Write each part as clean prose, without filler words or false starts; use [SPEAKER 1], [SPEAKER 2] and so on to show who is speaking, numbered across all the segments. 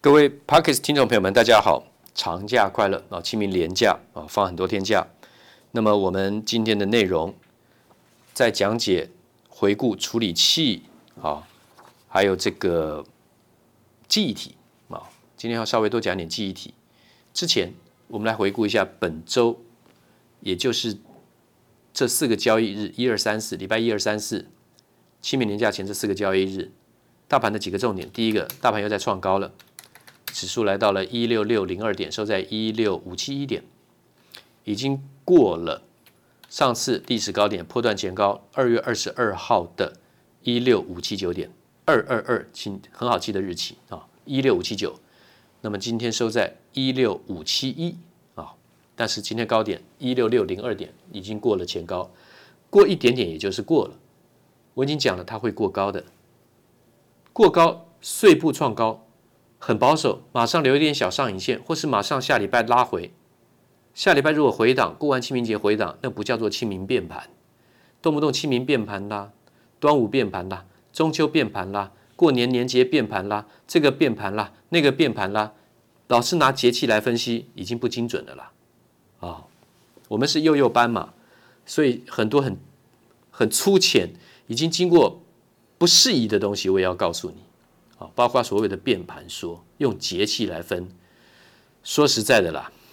[SPEAKER 1] 各位 Podcast 听众朋友们，大家好，长假快乐啊！清明连假啊，放很多天假。那么我们今天的内容在讲解回顾处理器啊，还有这个记忆体啊。今天要稍微多讲点记忆体。之前我们来回顾一下本周，也就是这4个交易日，1、2、3、4，礼拜1、2、3、4，清明连假前这4个交易日，大盘的几个重点。第一个，大盘又在创高了。指数来到了16602点，收在16571点，已经过了上次历史高点波段前高2月22号的16579点，222，请很好记的日期啊，16579。那么今天收在16571啊，但是今天高点16602点已经过了前高，过一点点也就是过了。我已经讲了，它会过高的，过高碎步创高。很保守，马上留一点小上影线，或是马上下礼拜拉回。下礼拜如果回档，过完清明节回档，那不叫做清明变盘，动不动清明变盘啦，端午变盘啦，中秋变盘啦，过年年节变盘啦，这个变盘啦，那个变盘啦，老是拿节气来分析，已经不精准了啦。哦，我们是幼幼班嘛，所以很多很粗浅，已经经过不适宜的东西，我也要告诉你。包括所谓的变盘说，用节气来分，说实在的啦，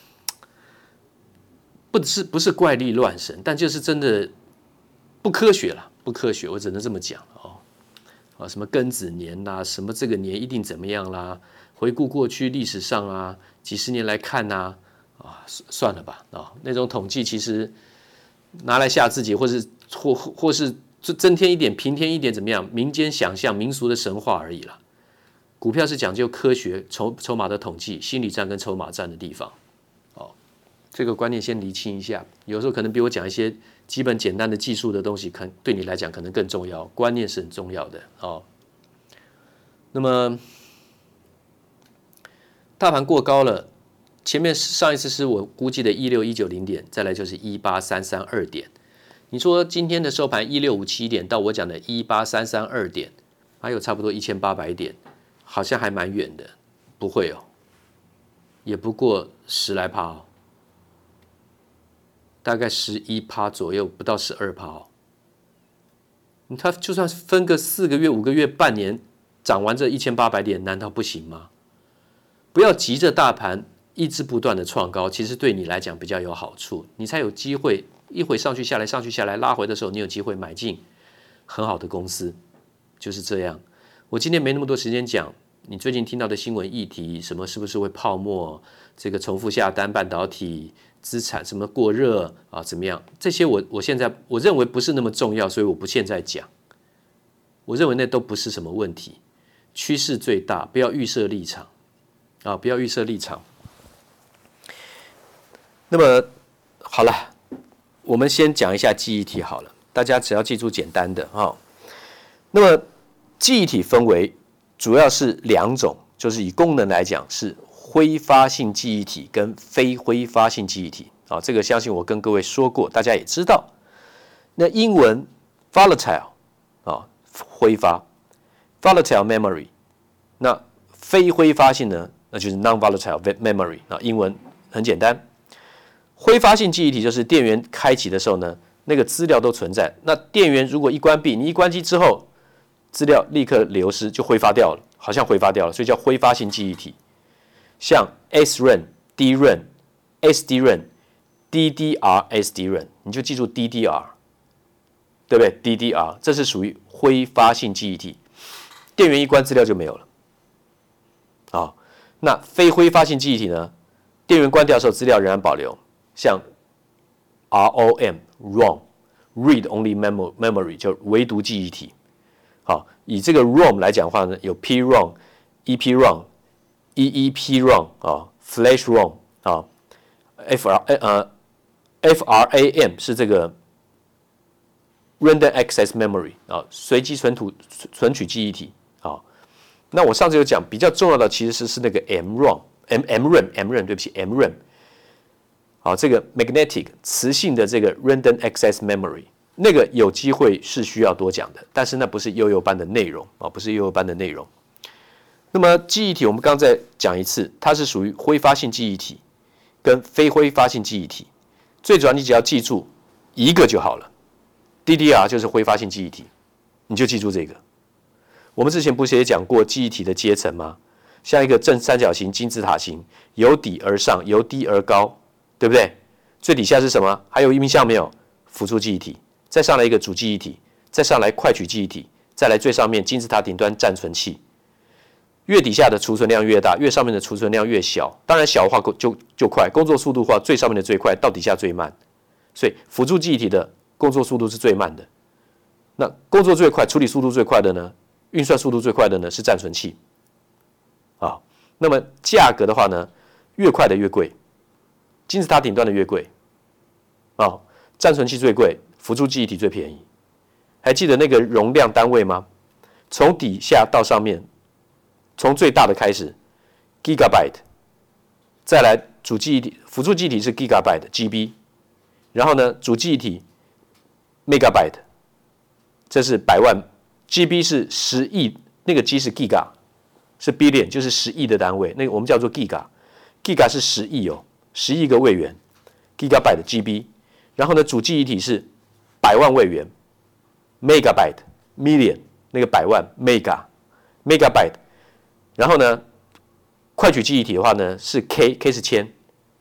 [SPEAKER 1] 不是怪力乱神，但就是真的不科学啦，不科学，我只能这么讲哦。什么庚子年啦，什么这个年一定怎么样啦，回顾过去历史上啊，几十年来看呐，算了吧啊，那种统计其实拿来吓自己，或是增添一点、平添一点怎么样？民间想象、民俗的神话而已啦。股票是讲究科学筹码的统计，心理战跟筹码战的地方，这个观念先厘清一下。有时候可能比我讲一些基本简单的技术的东西，对你来讲可能更重要，观念是很重要的哦。那么大盘过高了，前面上一次是我估计的16190点，再来就是18332点。你说今天的收盘16571点到我讲的18332点，还有差不多1800点。好像还蛮远的，不会哦，也不过10来%哦，大概11%左右，不到12%哦。它就算分个4个月、5个月、半年，涨完这1800点，难道不行吗？不要急着大盘一直不断的创高，其实对你来讲比较有好处，你才有机会一会上去下来，上去下来拉回的时候，你有机会买进很好的公司，就是这样。我今天没那么多时间讲你最近听到的新闻议题，什么是不是会泡沫？这个重复下单半导体资产什么过热啊？怎么样？这些我现在我认为不是那么重要，所以我不现在讲。我认为那都不是什么问题，趋势最大，不要预设立场啊！不要预设立场。那么好了，我们先讲一下记忆体好了，大家只要记住简单的啊。那么记忆体分为主要是2种，就是以功能来讲是挥发性记忆体跟非挥发性记忆体啊，这个相信我跟各位说过，大家也知道。那英文 volatile 啊，挥发 volatile memory， 那非挥发性呢，那就是 non-volatile memory 啊，英文很简单。挥发性记忆体就是电源开启的时候呢，那个资料都存在。那电源如果一关闭，你一关机之后，资料立刻流失，就挥发掉了，好像挥发掉了，所以叫挥发性记忆体。像 SRAM、DRAM、SDRAM、DDR、SDRAM， 你就记住 DDR， 对不对 ？DDR 这是属于挥发性记忆体，电源一关，资料就没有了。好，那非挥发性记忆体呢？电源关掉的时候，资料仍然保留，像 ROM、Read Only Memory 就唯独记忆体。好，以这个 ROM 来讲的话呢，有 PROM、EPROM、EEPROM 啊 ，Flash ROM 啊 ，FRAM 是这个 Random Access Memory 啊，随机存取记忆体。好，那我上次有讲，比较重要的其实是那个 MRAM，对不起 MRAM。好，这个 Magnetic 磁性的这个 Random Access Memory。那个有机会是需要多讲的，但是那不是幼幼班的内容啊，不是幼幼班的内容。 那么记忆体我们刚刚再讲一次，它是属于挥发性记忆体跟非挥发性记忆体。最主要你只要记住一个就好了 ，DDR 就是挥发性记忆体，你就记住这个。我们之前不是也讲过记忆体的阶层吗？像一个正三角形金字塔形，由底而上，由低而高，对不对？最底下是什么？还有印象没有？辅助记忆体，再上来一个主记忆体，再上来快取记忆体，再来最上面金字塔顶端暂存器。越底下的储存量越大，越上面的储存量越小。当然小的话就快，工作速度的话，最上面的最快，到底下最慢。所以辅助记忆体的工作速度是最慢的。那工作最快、处理速度最快的呢？运算速度最快的呢是暂存器。啊，那么价格的话呢，越快的越贵，金字塔顶端的越贵。啊，暂存器最贵，辅助记忆体最便宜。还记得那个容量单位吗？从底下到上面。从最大的开始 ，gigabyte， 再来主记忆体、辅助记忆体是 gigabyte（GB）， 然后呢，主记忆体 megabyte， 这是百万 ，GB 是10亿，那个 G 是 giga， 是 billion， 就是10亿的单位，那个我们叫做 giga，giga 是10亿哦，10亿个位元 ，gigabyte GB， 然后呢，主记忆体是100万位元 ，megabyte million， 那个100万 megabyte。然后呢，快取记忆体的话呢是 K 是千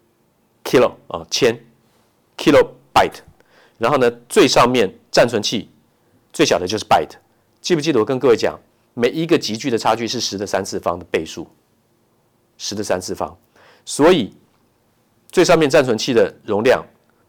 [SPEAKER 1] ，kilo 啊千 kilobyte， 然后呢最上面暂存器最小的就是 byte， 记不记得我跟各位讲，每一个集距的差距是10的3次方的倍数，10的3次方，所以最上面暂存器的容量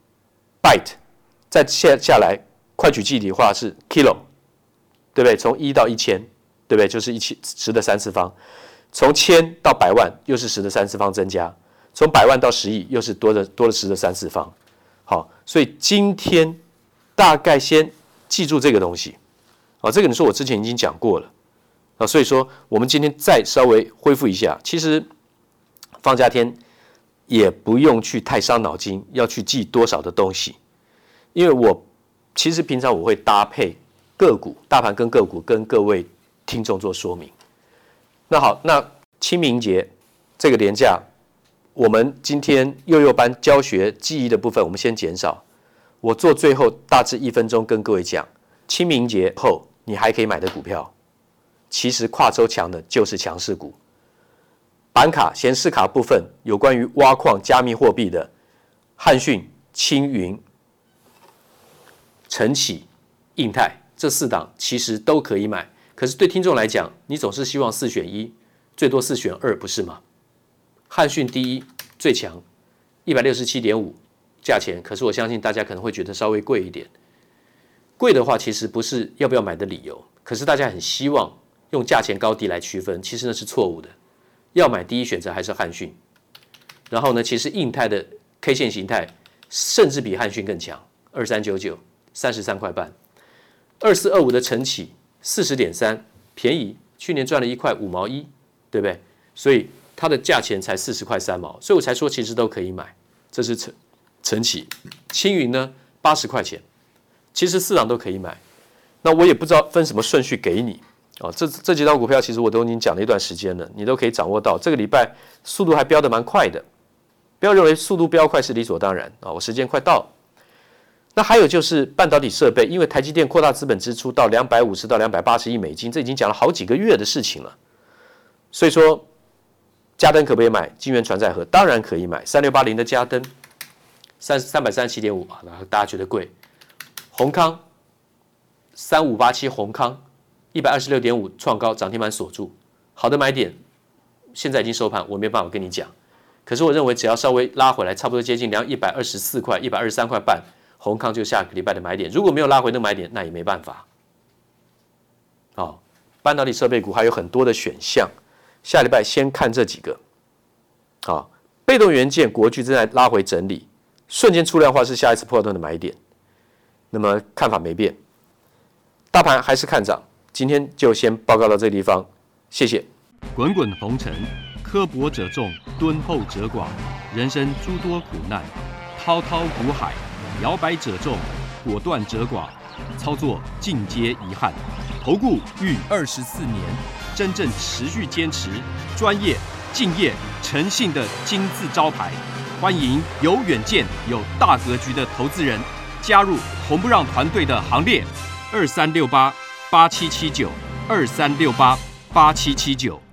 [SPEAKER 1] byte， 再下来快取记忆体的话是 kilo， 对不对？从1到1000。对不对？就是10的3次方，从1000到100万又是10的3次方增加，从100万到10亿又是多了10的3次方。好，所以今天大概先记住这个东西。啊，这个你说我之前已经讲过了。啊，所以说我们今天再稍微恢复一下。其实放假天也不用去太伤脑筋，要去记多少的东西，因为我其实平常我会搭配个股、大盘跟个股跟各位听众做说明。那好，那清明节这个连假，我们今天幼幼班教学记忆的部分，我们先减少。我做最后大致1分钟跟各位讲，清明节后你还可以买的股票，其实跨周强的就是强势股。板卡、显示卡部分有关于挖矿、加密货币的，汉讯、青云、晨起、印泰这4档其实都可以买。可是对听众来讲，你总是希望4选1，最多4选2，不是吗？汉讯第一最强，167.5价钱，可是我相信大家可能会觉得稍微贵一点。贵的话，其实不是要不要买的理由，可是大家很希望用价钱高低来区分，其实那是错误的。要买第一选择还是汉讯。然后呢，其实印泰的 K 线形态甚至比汉讯更强，2399 33块半，2425的晨起。40.3便宜，去年赚了1块5毛1，对不对？所以它的价钱才40块3毛，所以我才说其实都可以买。这是晨起，青云呢80块钱，其实4档都可以买。那我也不知道分什么顺序给你啊。这几档股票其实我都已经讲了一段时间了，你都可以掌握到。这个礼拜速度还飙得蛮快的，不要认为速度飙快是理所当然啊。我时间快到了。那还有就是半导体设备，因为台积电扩大资本支出到250到280亿美金，这已经讲了好几个月的事情了。所以说，嘉登可不可以买？晶圆传载盒当然可以买，3680的嘉登，337.5啊，大家觉得贵。宏康3587宏康126.5创高，涨停板锁住，好的买点，现在已经收盘，我没办法跟你讲。可是我认为只要稍微拉回来，差不多接近124块、123块半。宏康就下个礼拜的买点，如果没有拉回的买点，那也没办法。好，半导体设备股还有很多的选项，下礼拜先看这几个。好，被动元件国巨正在拉回整理，瞬间出量化是下一次破断的买点。那么看法没变，大盘还是看涨。今天就先报告到这个地方，谢谢。
[SPEAKER 2] 滚滚红尘，刻薄者众，敦厚者寡，人生诸多苦难，滔滔苦海。摇摆者众，果断者寡，操作尽皆遗憾。投顾逾24年， 真正持续坚持、专业、敬业、诚信的金字招牌。欢迎有远见、有大格局的投资人加入红不让团队的行列。23688779，23688779。